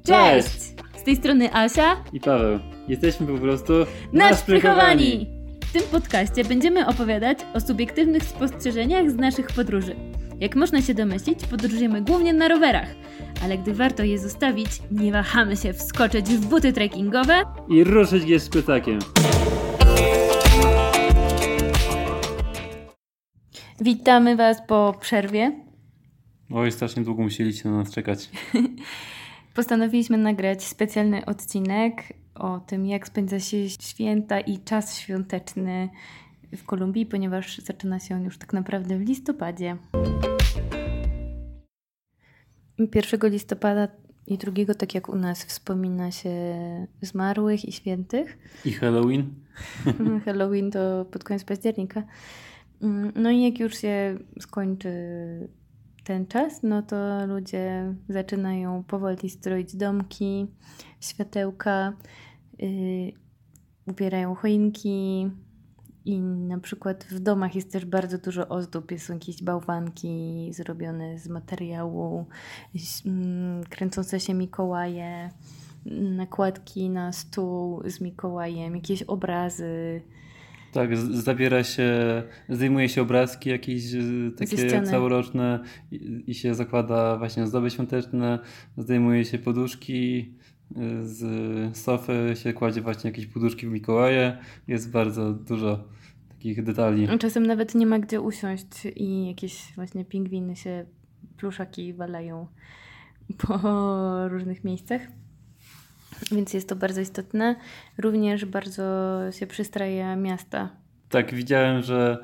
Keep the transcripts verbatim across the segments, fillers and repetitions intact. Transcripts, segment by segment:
Cześć! Z tej strony Asia i Paweł. Jesteśmy po prostu naszprychowani! W tym podcaście będziemy opowiadać o subiektywnych spostrzeżeniach z naszych podróży. Jak można się domyślić, podróżujemy głównie na rowerach, ale gdy warto je zostawić, nie wahamy się wskoczyć w buty trekkingowe i ruszyć je z plecakiem. Witamy Was po przerwie. Oj, strasznie długo musieliście na nas czekać. Postanowiliśmy nagrać specjalny odcinek o tym, jak spędza się święta i czas świąteczny w Kolumbii, ponieważ zaczyna się on już tak naprawdę w listopadzie. pierwszego listopada i drugiego, tak jak u nas, wspomina się zmarłych i świętych. I Halloween. Halloween to pod koniec października. No i jak już się skończy ten czas, no to ludzie zaczynają powoli stroić domki, światełka, yy, ubierają choinki i na przykład w domach jest też bardzo dużo ozdób. Są jakieś bałwanki zrobione z materiału, yy, kręcące się Mikołaje, nakładki na stół z Mikołajem, jakieś obrazy. Tak, z- zabiera się, zdejmuje się obrazki jakieś takie całoroczne i, i się zakłada właśnie ozdoby świąteczne, zdejmuje się poduszki, z sofy się kładzie właśnie jakieś poduszki w Mikołaje. Jest bardzo dużo takich detali. Czasem nawet nie ma gdzie usiąść i jakieś właśnie pingwiny się, pluszaki walają po różnych miejscach. Więc jest to bardzo istotne. Również bardzo się przystraja miasta. Tak, widziałem, że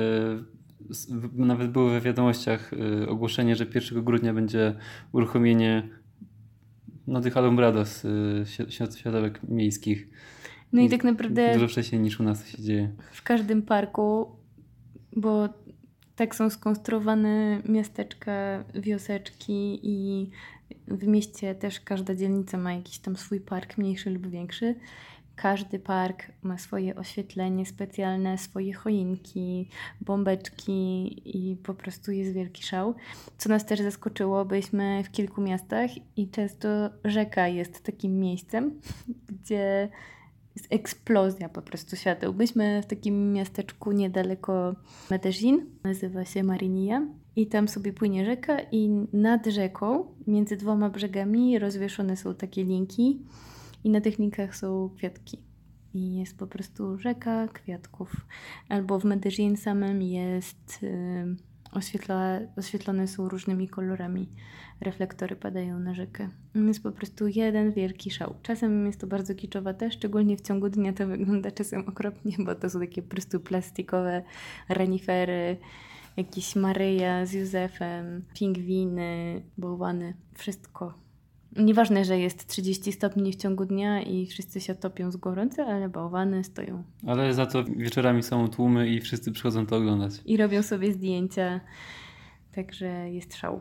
y, nawet było we wiadomościach y, ogłoszenie, że pierwszego grudnia będzie uruchomienie no, tych alumbrados, y, światełek miejskich. No i, i tak naprawdę dużo wcześniej niż u nas się dzieje. W każdym parku, bo tak są skonstruowane miasteczka, wioseczki i w mieście też każda dzielnica ma jakiś tam swój park, mniejszy lub większy. Każdy park ma swoje oświetlenie specjalne, swoje choinki, bombeczki i po prostu jest wielki szał. Co nas też zaskoczyło, byliśmy w kilku miastach i często rzeka jest takim miejscem, gdzie jest eksplozja po prostu świateł. Byliśmy w takim miasteczku niedaleko Medellin, nazywa się Marinilla i tam sobie płynie rzeka i nad rzeką, między dwoma brzegami rozwieszone są takie linki i na tych linkach są kwiatki. I jest po prostu rzeka kwiatków. Albo w Medellin samym jest yy, oświetla, oświetlone są różnymi kolorami. Reflektory padają na rzekę. Jest po prostu jeden wielki szał. Czasem jest to bardzo kiczowate, szczególnie w ciągu dnia to wygląda czasem okropnie, bo to są takie po prostu plastikowe renifery, jakieś Maryja z Józefem, pingwiny, bałwany, wszystko. Nieważne, że jest trzydzieści stopni w ciągu dnia i wszyscy się topią z gorąca, ale bałwany stoją. Ale za to wieczorami są tłumy i wszyscy przychodzą to oglądać. I robią sobie zdjęcia, także jest szał.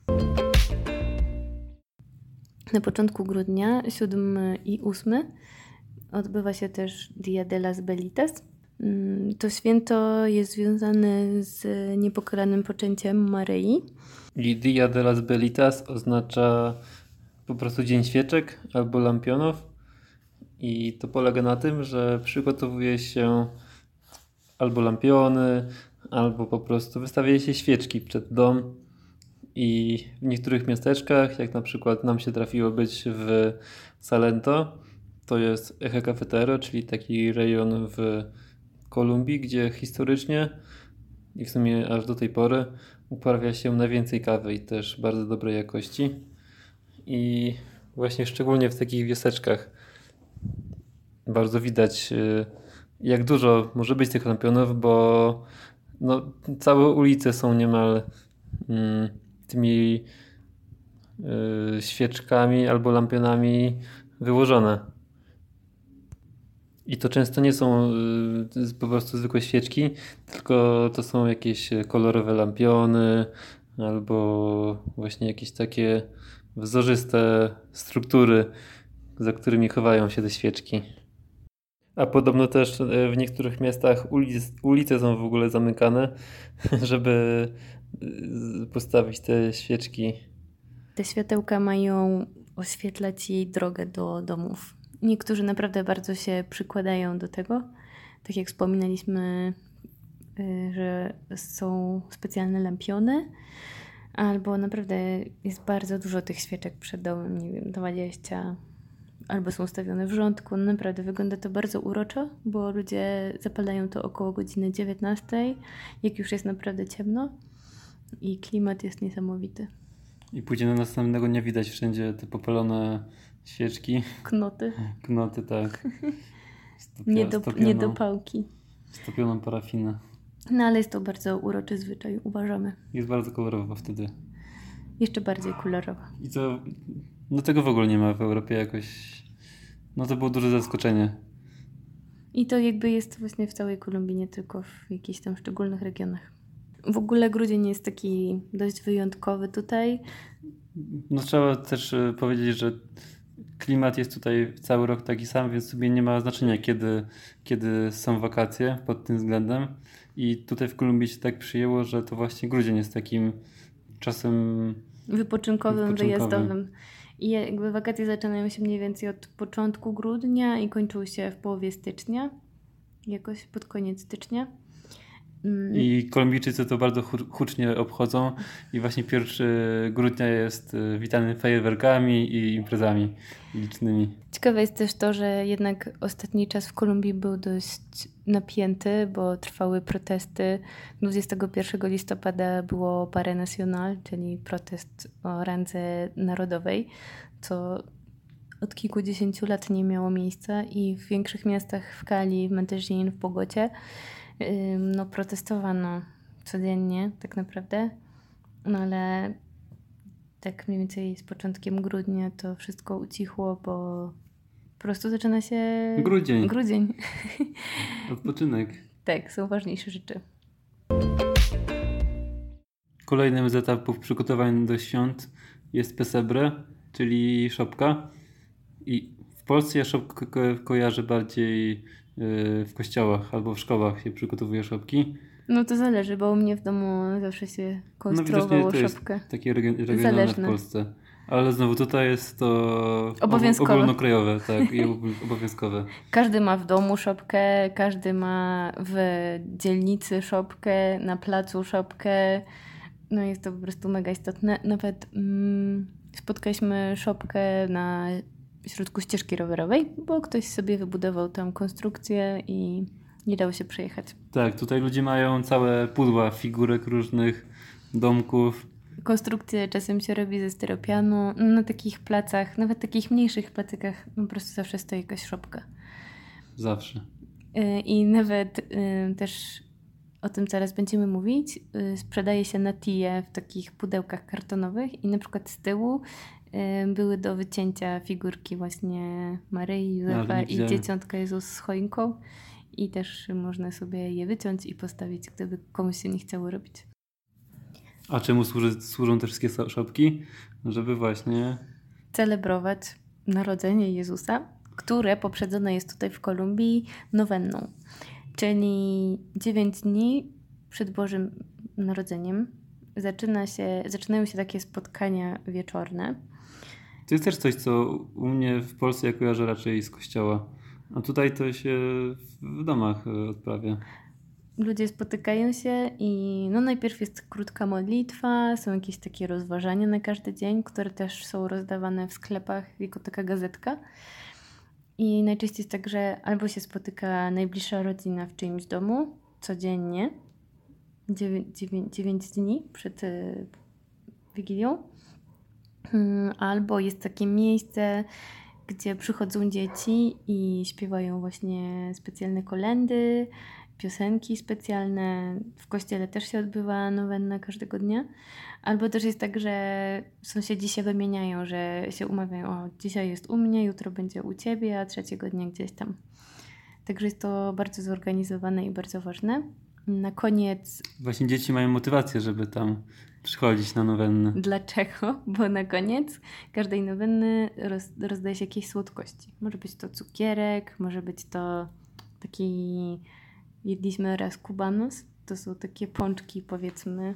Na początku grudnia, siódmy i ósmy, odbywa się też Dia de las Velitas. To święto jest związane z niepokalanym poczęciem Maryi. I Dia de las Velitas oznacza po prostu dzień świeczek albo lampionów. I to polega na tym, że przygotowuje się albo lampiony, albo po prostu wystawia się świeczki przed dom. I w niektórych miasteczkach, jak na przykład nam się trafiło być w Salento, to jest Eje Cafetero, czyli taki rejon w Kolumbii, gdzie historycznie i w sumie aż do tej pory uprawia się najwięcej kawy i też bardzo dobrej jakości. I właśnie szczególnie w takich wioseczkach bardzo widać, jak dużo może być tych lampionów, bo no, całe ulice są niemal mm, tymi y, świeczkami albo lampionami wyłożone. I to często nie są y, po prostu zwykłe świeczki, tylko to są jakieś kolorowe lampiony albo właśnie jakieś takie wzorzyste struktury, za którymi chowają się te świeczki. A podobno też w niektórych miastach ulic, ulice są w ogóle zamykane, żeby postawić te świeczki. Te światełka mają oświetlać jej drogę do domów. Niektórzy naprawdę bardzo się przykładają do tego. Tak jak wspominaliśmy, że są specjalne lampiony, albo naprawdę jest bardzo dużo tych świeczek przed domem, nie wiem, dwadzieścia, albo są ustawione w rządku. Naprawdę wygląda to bardzo uroczo, bo ludzie zapalają to około godziny dziewiętnastej, jak już jest naprawdę ciemno i klimat jest niesamowity. I później na następnego dnia widać wszędzie te popalone świeczki. Knoty. Knoty, tak. Stopia, Niedop- niedopałki. Stopioną parafinę. No ale jest to bardzo uroczy zwyczaj, uważamy. Jest bardzo kolorowo wtedy. Jeszcze bardziej kolorowo. I to, no tego w ogóle nie ma w Europie jakoś, no to było duże zaskoczenie. I to jakby jest właśnie w całej Kolumbii, nie tylko w jakichś tam szczególnych regionach. W ogóle grudzień jest taki dość wyjątkowy tutaj. No trzeba też powiedzieć, że klimat jest tutaj cały rok taki sam, więc sobie nie ma znaczenia, kiedy, kiedy są wakacje pod tym względem. I tutaj w Kolumbii się tak przyjęło, że to właśnie grudzień jest takim czasem wypoczynkowym, wypoczynkowym. wyjazdowym. I jakby wakacje zaczynają się mniej więcej od początku grudnia i kończą się w połowie stycznia, jakoś pod koniec stycznia. I Kolumbijczycy to bardzo hucznie obchodzą i właśnie pierwszego grudnia jest witany fajerwerkami i imprezami licznymi. Ciekawe jest też to, że jednak ostatni czas w Kolumbii był dość napięty, bo trwały protesty. dwudziestego pierwszego listopada było Pare Nacional, czyli protest o randze narodowej, co od kilkudziesięciu lat nie miało miejsca i w większych miastach, w Cali, w Medellin, w Bogocie, no protestowano codziennie tak naprawdę, no ale tak mniej więcej z początkiem grudnia to wszystko ucichło, bo po prostu zaczyna się grudzień. grudzień. Odpoczynek. Tak, są ważniejsze rzeczy. Kolejnym z etapów przygotowań do świąt jest pesebre, czyli szopka. I w Polsce ja szopkę ko- kojarzę bardziej w kościołach albo w szkołach się przygotowuje szopki. No to zależy, bo u mnie w domu zawsze się konstruowało no, szopkę. Jest takie regionalne Zależne. w Polsce. Ale znowu tutaj jest to obowiązkowe. ogólnokrajowe, tak, i obowiązkowe. Każdy ma w domu szopkę, każdy ma w dzielnicy szopkę, na placu szopkę. No jest to po prostu mega istotne. Nawet mm, spotkaliśmy szopkę na środku ścieżki rowerowej, bo ktoś sobie wybudował tam konstrukcję i nie dało się przejechać. Tak, tutaj ludzie mają całe pudła figurek różnych, domków. Konstrukcje czasem się robi ze styropianu. Na takich placach, nawet takich mniejszych placykach po prostu zawsze stoi jakaś szopka. Zawsze. I nawet y, też o tym zaraz będziemy mówić. Y, sprzedaje się natije w takich pudełkach kartonowych i na przykład z tyłu y, były do wycięcia figurki właśnie Maryi, Józefa i Dzieciątka Jezus z choinką. I też można sobie je wyciąć i postawić, gdyby komuś się nie chciało robić. A czemu służy, służą te wszystkie szopki? Żeby właśnie celebrować narodzenie Jezusa, które poprzedzone jest tutaj w Kolumbii nowenną. Czyli dziewięć dni przed Bożym Narodzeniem zaczyna się, zaczynają się takie spotkania wieczorne. To jest też coś, co u mnie w Polsce ja kojarzę raczej z kościoła. A tutaj to się w domach odprawia. Ludzie spotykają się i no najpierw jest krótka modlitwa, są jakieś takie rozważania na każdy dzień, które też są rozdawane w sklepach jako taka gazetka. I najczęściej jest tak, że albo się spotyka najbliższa rodzina w czyimś domu codziennie, dziewięć dni przed y, Wigilią, hmm, albo jest takie miejsce, gdzie przychodzą dzieci i śpiewają właśnie specjalne kolędy, piosenki specjalne. W kościele też się odbywa nowenna każdego dnia. Albo też jest tak, że sąsiedzi się wymieniają, że się umawiają, o dzisiaj jest u mnie, jutro będzie u ciebie, a trzeciego dnia gdzieś tam. Także jest to bardzo zorganizowane i bardzo ważne. Na koniec... Właśnie dzieci mają motywację, żeby tam przychodzić na nowennę. Dlaczego? Bo na koniec każdej nowenny roz, rozdaje się jakieś słodkości. Może być to cukierek, może być to taki... Jedliśmy raz kubanos. To są takie pączki, powiedzmy,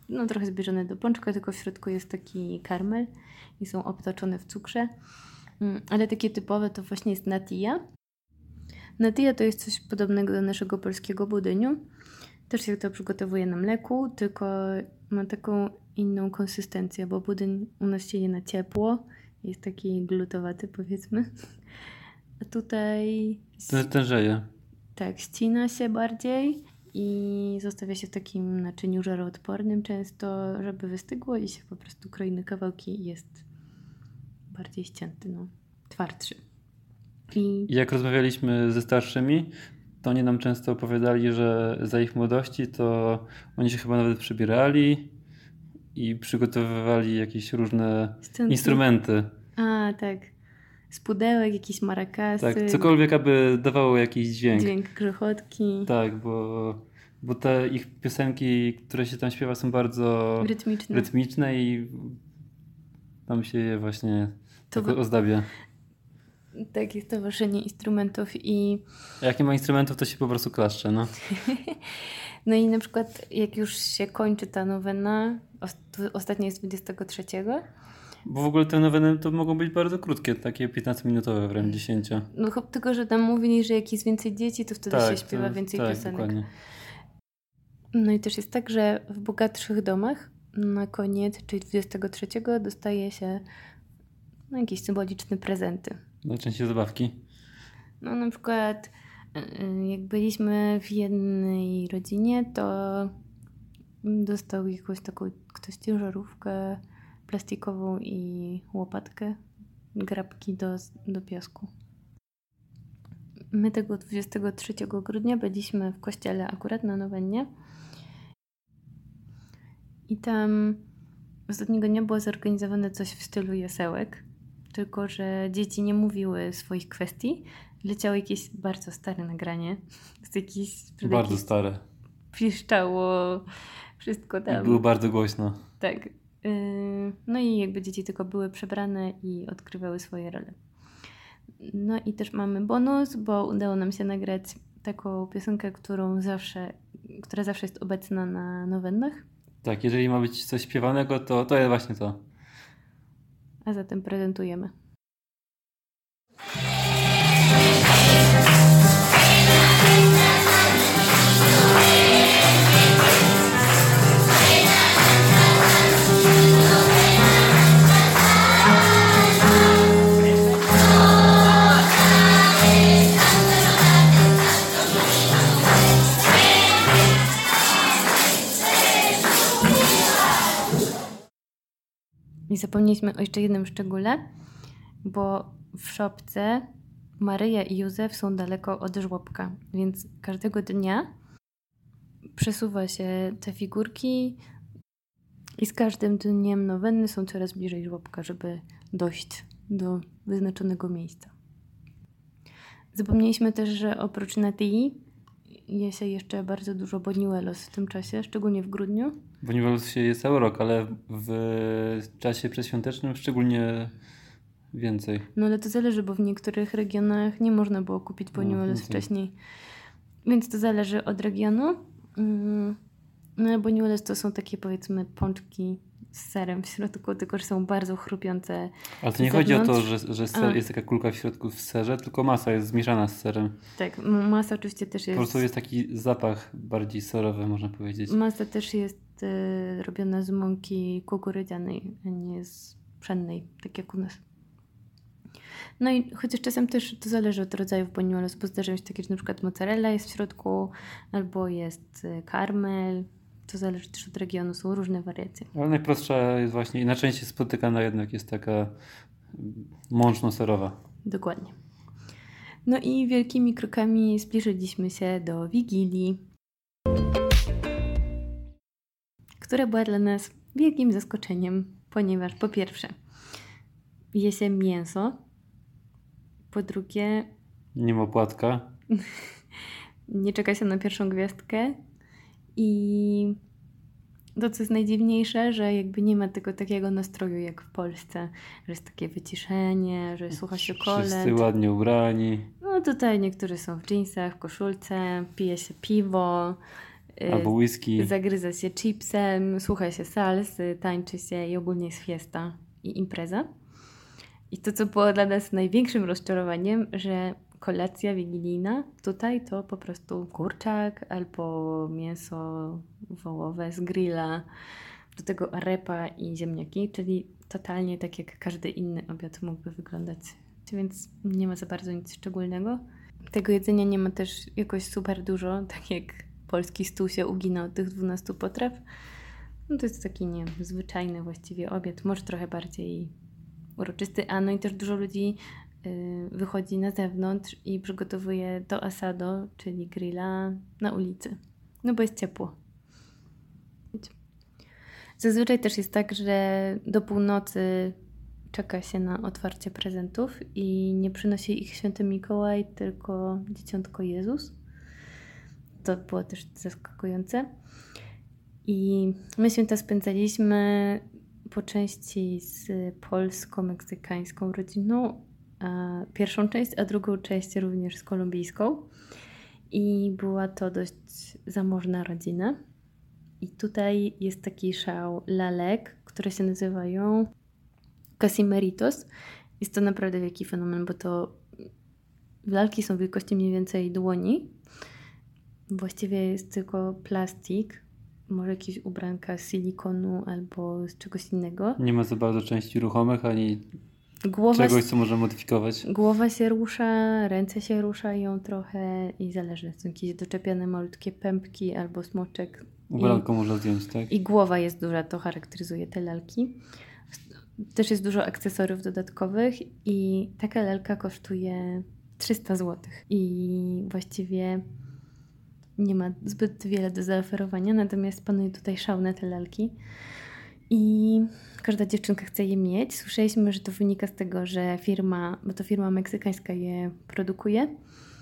no, trochę zbliżone do pączka, tylko w środku jest taki karmel i są obtoczone w cukrze. Mm, Ale takie typowe to właśnie jest natija. Natija to jest coś podobnego do naszego polskiego budyniu. Też się to przygotowuje na mleku, tylko ma taką inną konsystencję, bo budyń u nas się je na ciepło. Jest taki glutowaty, powiedzmy. A tutaj To tężeje. tak, ścina się bardziej i zostawia się w takim naczyniu żaroodpornym często, żeby wystygło i się po prostu kroi na kawałki i jest bardziej ścięty, no, twardszy. I I jak rozmawialiśmy ze starszymi, to oni nam często opowiadali, że za ich młodości to oni się chyba nawet przybierali i przygotowywali jakieś różne Scenki. instrumenty. A, tak. Z pudełek, jakieś marakasy. Tak, cokolwiek, aby dawało jakiś dźwięk. Dźwięk grzechotki. Tak, bo, bo te ich piosenki, które się tam śpiewa, są bardzo Rytmiczne. rytmiczne i tam się je właśnie To tak wy- ozdabia. Tak, jest towarzyszenie instrumentów i A jak nie ma instrumentów, to się po prostu klaszcze, no. no i na przykład jak już się kończy ta nowena, ost- ostatnia jest dwudziestego trzeciego, Bo w ogóle te noweny to mogą być bardzo krótkie, takie piętnastominutowe, wręcz dziesięć. no chyba tylko, że tam mówili, że jak jest więcej dzieci, to wtedy się śpiewa to- więcej tak, piosenek. dokładnie. No i też jest tak, że w bogatszych domach na koniec, czyli dwudziestego trzeciego dostaje się no, jakieś symboliczne prezenty. Najczęściej zabawki. No na przykład y, jak byliśmy w jednej rodzinie, to dostał jakąś taką ktoś ciężarówkę plastikową i łopatkę, grabki do, do piasku. My tego dwudziestego trzeciego grudnia byliśmy w kościele akurat na nowennie i tam ostatniego dnia było zorganizowane coś w stylu jasełek, tylko że dzieci nie mówiły swoich kwestii. Leciało jakieś bardzo stare nagranie. Z jakiejś, Bardzo jakieś stare. piszczało, wszystko I tam. było bardzo głośno. Tak. Yy, No i jakby dzieci tylko były przebrane i odgrywały swoje role. No i też mamy bonus, bo udało nam się nagrać taką piosenkę, którą zawsze, która zawsze jest obecna na nowennach, Tak, jeżeli ma być coś śpiewanego, to to jest właśnie to. a zatem prezentujemy. I zapomnieliśmy o jeszcze jednym szczególe, bo w szopce Maryja i Józef są daleko od żłobka, więc każdego dnia przesuwa się te figurki i z każdym dniem nowenny są coraz bliżej żłobka, żeby dojść do wyznaczonego miejsca. Zapomnieliśmy też, że oprócz natyi je się jeszcze bardzo dużo boniuelos w tym czasie, szczególnie w grudniu. Boniuelos się je cały rok, ale w czasie przedświątecznym szczególnie więcej. No ale to zależy, bo w niektórych regionach nie można było kupić boniuelos no to- wcześniej. Więc to zależy od regionu. Mm, No ale boniuelos to są takie powiedzmy pączki z serem w środku, tylko że są bardzo chrupiące. Ale to nie z chodzi o to, zewnątrz. że, że ser A. jest taka kulka w środku w serze, tylko masa jest zmieszana z serem. Tak, m- masa oczywiście też Po jest... prostu jest taki zapach bardziej serowy, można powiedzieć. Masa też jest y, robiona z mąki kukurydzianej, a nie z pszennej, tak jak u nas. No i chociaż czasem też to zależy od rodzajów boniuelos, bo zdarzają się takie, że na przykład mozzarella jest w środku, albo jest y, karmel. To zależy też od regionu, są różne wariacje. Ale najprostsza jest właśnie, i najczęściej spotykana jednak jest taka mączno-serowa. Dokładnie. No i wielkimi krokami zbliżyliśmy się do Wigilii, która była dla nas wielkim zaskoczeniem, ponieważ po pierwsze je się mięso, po drugie Nie ma płatka. nie czeka się na pierwszą gwiazdkę i to, co jest najdziwniejsze, że jakby nie ma tego takiego nastroju jak w Polsce, że jest takie wyciszenie, że słucha się kolęd. Wszyscy ładnie ubrani. No tutaj niektórzy są w dżinsach, w koszulce, pije się piwo, Albo whisky. Zagryza się chipsem, słucha się salsy, tańczy się i ogólnie jest fiesta i impreza. I to, co było dla nas największym rozczarowaniem, że kolacja wigilijna tutaj to po prostu kurczak albo mięso wołowe z grilla, do tego arepa i ziemniaki, czyli totalnie tak jak każdy inny obiad mógłby wyglądać. Więc nie ma za bardzo nic szczególnego. Tego jedzenia nie ma też jakoś super dużo, tak jak polski stół się ugina od tych dwunastu potraw. No to jest taki, nie wiem, zwyczajny właściwie obiad, może trochę bardziej uroczysty, a no i też dużo ludzi y, wychodzi na zewnątrz i przygotowuje to asado, czyli grilla na ulicy, no bo jest ciepło. Zazwyczaj też jest tak, że do północy czeka się na otwarcie prezentów i nie przynosi ich święty Mikołaj, tylko dzieciątko Jezus. To było też zaskakujące. I my święta spędzaliśmy po części z polsko-meksykańską rodziną, a pierwszą część, a drugą część również z kolumbijską. I była to dość zamożna rodzina. I tutaj jest taki szał lalek, które się nazywają Casimeritos. Jest to naprawdę wielki fenomen, bo to lalki są wielkości mniej więcej dłoni. Właściwie jest tylko plastik, może jakieś ubranka z silikonu albo z czegoś innego. Nie ma za bardzo części ruchomych, ani Głowa czegoś, się, co można modyfikować. Głowa się rusza, ręce się ruszają trochę i zależy. Są jakieś doczepiane malutkie pępki albo smoczek. Ubranko I, można zdjąć, tak? I głowa jest duża, to charakteryzuje te lalki. Też jest dużo akcesoriów dodatkowych i taka lalka kosztuje trzysta złotych. I właściwie nie ma zbyt wiele do zaoferowania, natomiast panuje tutaj szał na te lalki. I każda dziewczynka chce je mieć. Słyszeliśmy, że to wynika z tego, że firma, bo to firma meksykańska je produkuje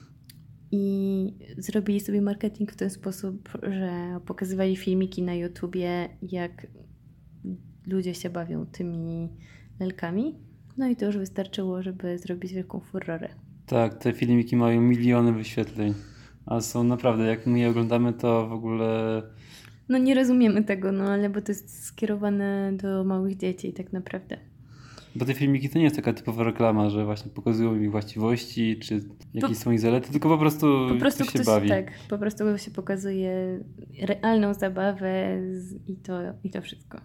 i zrobili sobie marketing w ten sposób, że pokazywali filmiki na YouTubie, jak ludzie się bawią tymi lalkami. No i to już wystarczyło, żeby zrobić wielką furorę. Tak, te filmiki mają miliony wyświetleń, a są naprawdę, jak my je oglądamy, to w ogóle... No nie rozumiemy tego, no ale bo to jest skierowane do małych dzieci tak naprawdę. Bo te filmiki to nie jest taka typowa reklama, że właśnie pokazują ich właściwości, czy jakie Po- są ich zalety, tylko po prostu, Po prostu ktoś ktoś, się bawi. tak, po prostu się pokazuje realną zabawę z, i, to, i to wszystko.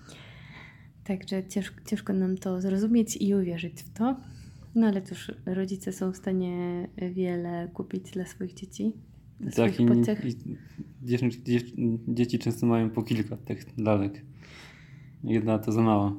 Także ciężko, ciężko nam to zrozumieć i uwierzyć w to. No ale cóż, rodzice są w stanie wiele kupić dla swoich dzieci. Dla Tak, swoich i, pociech. i dzieci, dzieci, dzieci często mają po kilka tych lalek. Jedna to za mało.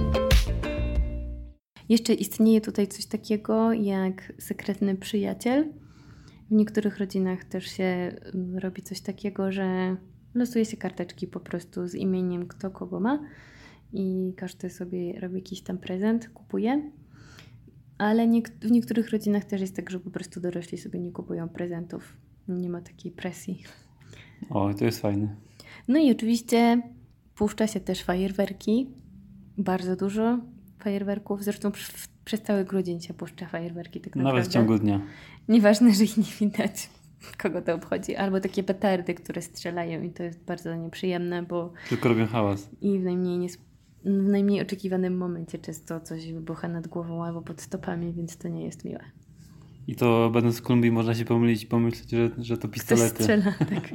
Jeszcze istnieje tutaj coś takiego jak sekretny przyjaciel. W niektórych rodzinach też się robi coś takiego, że losuje się karteczki po prostu z imieniem kto kogo ma i każdy sobie robi jakiś tam prezent, kupuje. Ale niek- w niektórych rodzinach też jest tak, że po prostu dorośli sobie nie kupują prezentów. Nie ma takiej presji. O, to jest fajne. No i oczywiście puszcza się też fajerwerki. Bardzo dużo fajerwerków. Zresztą pr- przez cały grudzień się puszcza fajerwerki tak naprawdę. Nawet w ciągu dnia. Nieważne, że ich nie widać, kogo to obchodzi. Albo takie petardy, które strzelają i to jest bardzo nieprzyjemne, bo Tylko robią hałas. i w najmniej, nies- w najmniej oczekiwanym momencie często coś wybucha nad głową albo pod stopami, więc to nie jest miłe. I to będąc w Kolumbii można się pomylić i pomyśleć, że, że to Ktoś pistolety. strzela, tak.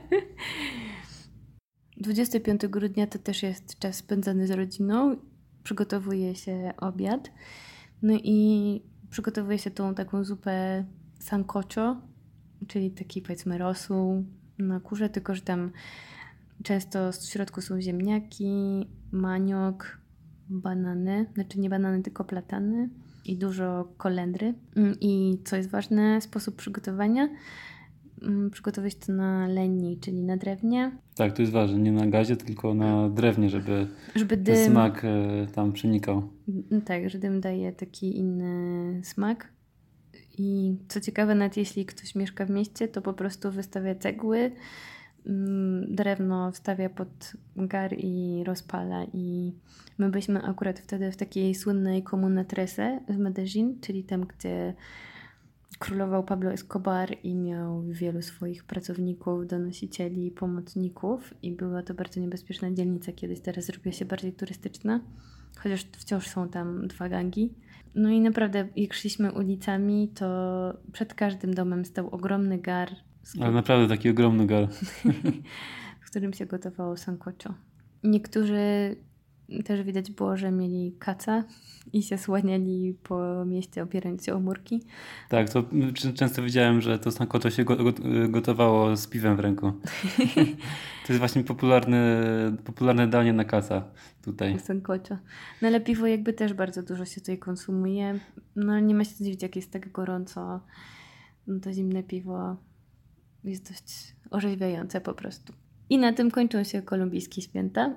dwudziestego piątego grudnia to też jest czas spędzany z rodziną. Przygotowuje się obiad. No i przygotowuje się tą taką zupę sancocho, czyli taki powiedzmy rosół na kurze, tylko że tam często w środku są ziemniaki, maniok, banany, znaczy nie banany, tylko platany i dużo kolendry. I co jest ważne, sposób przygotowania. Przygotować to na lenni, czyli na drewnie. Tak, to jest ważne. Nie na gazie, tylko na drewnie, żeby, żeby ten dym, smak e, tam przenikał. Tak, że dym daje taki inny smak. I co ciekawe, nawet jeśli ktoś mieszka w mieście, to po prostu wystawia cegły, drewno wstawia pod gar i rozpala. I my byliśmy akurat wtedy w takiej słynnej Comuna Trece w Medellin, czyli tam, gdzie królował Pablo Escobar i miał wielu swoich pracowników, donosicieli, pomocników i była to bardzo niebezpieczna dzielnica kiedyś, teraz zrobiła się bardziej turystyczna, chociaż wciąż są tam dwa gangi. No i naprawdę jak szliśmy ulicami, to przed każdym domem stał ogromny gar. Ale naprawdę taki ogromny gar. w którym się gotowało sancocho. Niektórzy też widać było, że mieli kaca i się słaniali po mieście, opierając się o murki. Tak, to często widziałem, że to sancocho się go, go, gotowało z piwem w ręku. To jest właśnie popularne, popularne danie na kaca tutaj. Sancocho. No ale piwo jakby też bardzo dużo się tutaj konsumuje. No nie ma się co dziwić, jak jest tak gorąco. No to zimne piwo jest dość orzeźwiające po prostu. I na tym kończą się kolumbijskie święta.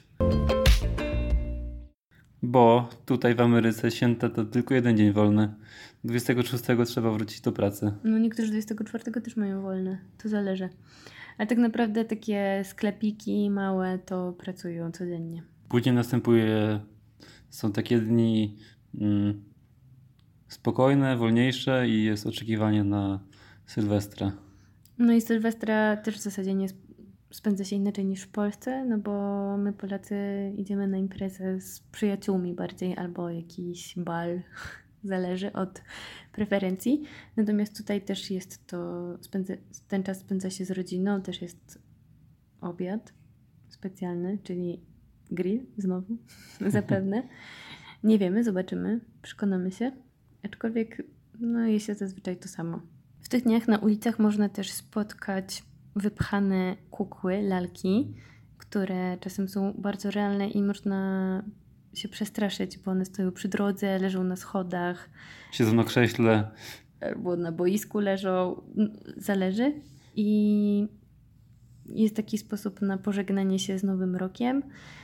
Bo tutaj w Ameryce święta to tylko jeden dzień wolny. dwudziestego szóstego trzeba wrócić do pracy. No niektórzy dwudziestego czwartego też mają wolne. To zależy. Ale tak naprawdę takie sklepiki małe to pracują codziennie. Później następuje, są takie dni mm, spokojne, wolniejsze i jest oczekiwanie na Sylwestra. No i Sylwestra też w zasadzie nie spędza się inaczej niż w Polsce, no bo my Polacy idziemy na imprezę z przyjaciółmi bardziej albo jakiś bal, zależy od preferencji. Natomiast tutaj też jest to, spędza, ten czas spędza się z rodziną, też jest obiad specjalny, czyli grill znowu, zapewne. Nie wiemy, zobaczymy, przekonamy się. Aczkolwiek no jest się zazwyczaj to samo. W tych dniach na ulicach można też spotkać wypchane kukły, lalki, które czasem są bardzo realne i można się przestraszyć, bo one stoją przy drodze, leżą na schodach. Siedzą na krześle. Albo na boisku leżą, zależy. I jest taki sposób na pożegnanie się z Nowym Rokiem,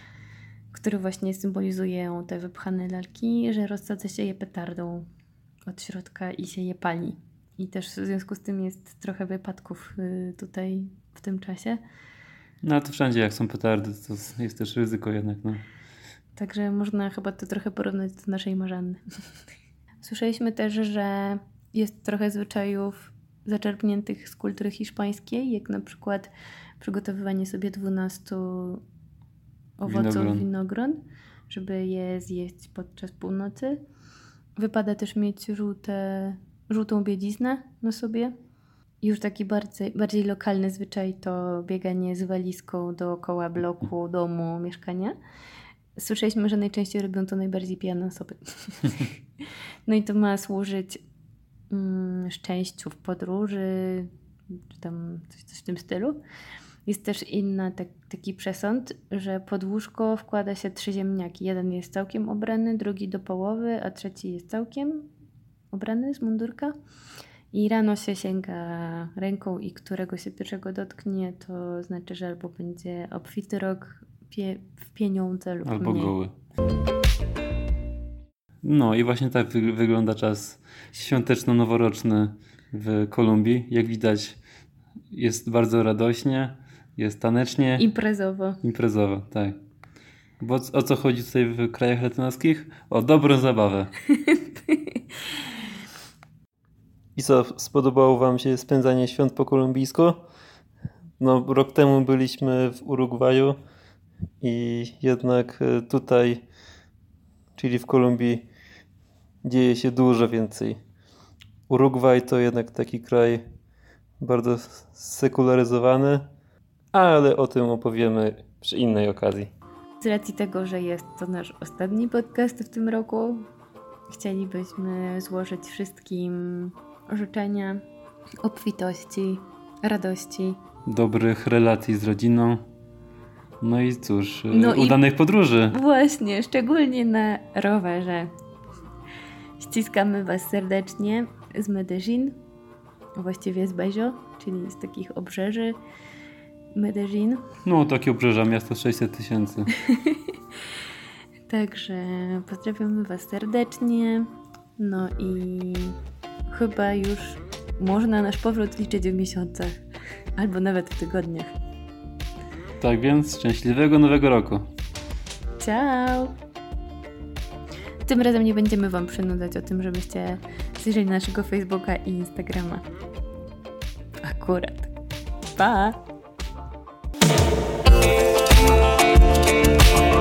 który właśnie symbolizuje te wypchane lalki, że rozsadza się je petardą od środka i się je pali. I też w związku z tym jest trochę wypadków tutaj w tym czasie. No to wszędzie jak są petardy, to jest też ryzyko jednak. No. Także można chyba to trochę porównać do naszej Marzanny. Słyszeliśmy też, że jest trochę zwyczajów zaczerpniętych z kultury hiszpańskiej, jak na przykład przygotowywanie sobie dwunastu owoców winogron. winogron, żeby je zjeść podczas północy. Wypada też mieć żółte, żółtą bieliznę na sobie. Już taki bardziej, bardziej lokalny zwyczaj to bieganie z walizką dookoła bloku, domu, mieszkania. Słyszeliśmy, że najczęściej robią to najbardziej pijane osoby. No i to ma służyć mm, szczęściu w podróży, czy tam coś, coś w tym stylu. Jest też inna tak, taki przesąd, że pod łóżko wkłada się trzy ziemniaki. Jeden jest całkiem obrany, drugi do połowy, a trzeci jest całkiem obrany z mundurka. I rano się sięga ręką i którego się pierwszego dotknie, to znaczy, że albo będzie obfity rok pie- w pieniądze lub albo mniej. goły. No i właśnie tak wy- wygląda czas świąteczno-noworoczny w Kolumbii. Jak widać, jest bardzo radośnie, jest tanecznie. Imprezowo. Imprezowo, tak. Bo o co chodzi tutaj w krajach latynoskich? O dobrą zabawę. I co, spodobało wam się spędzanie świąt po kolumbijsku? No, rok temu byliśmy w Urugwaju i jednak tutaj, czyli w Kolumbii, dzieje się dużo więcej. Urugwaj to jednak taki kraj bardzo sekularyzowany, ale o tym opowiemy przy innej okazji. Z racji tego, że jest to nasz ostatni podcast w tym roku, chcielibyśmy złożyć wszystkim życzenia obfitości, radości. Dobrych relacji z rodziną. No i cóż, no udanych i podróży. Właśnie, szczególnie na rowerze. Ściskamy Was serdecznie z Medellin, właściwie z Bejo, czyli z takich obrzeży Medellin. No, takie obrzeża, miasto sześćset tysięcy. Także pozdrawiamy Was serdecznie. No i chyba już można nasz powrót liczyć w miesiącach, albo nawet w tygodniach. Tak więc szczęśliwego nowego roku. Ciao! Tym razem nie będziemy Wam przynudzać o tym, żebyście zajrzeli na naszego Facebooka i Instagrama. Akurat. Pa!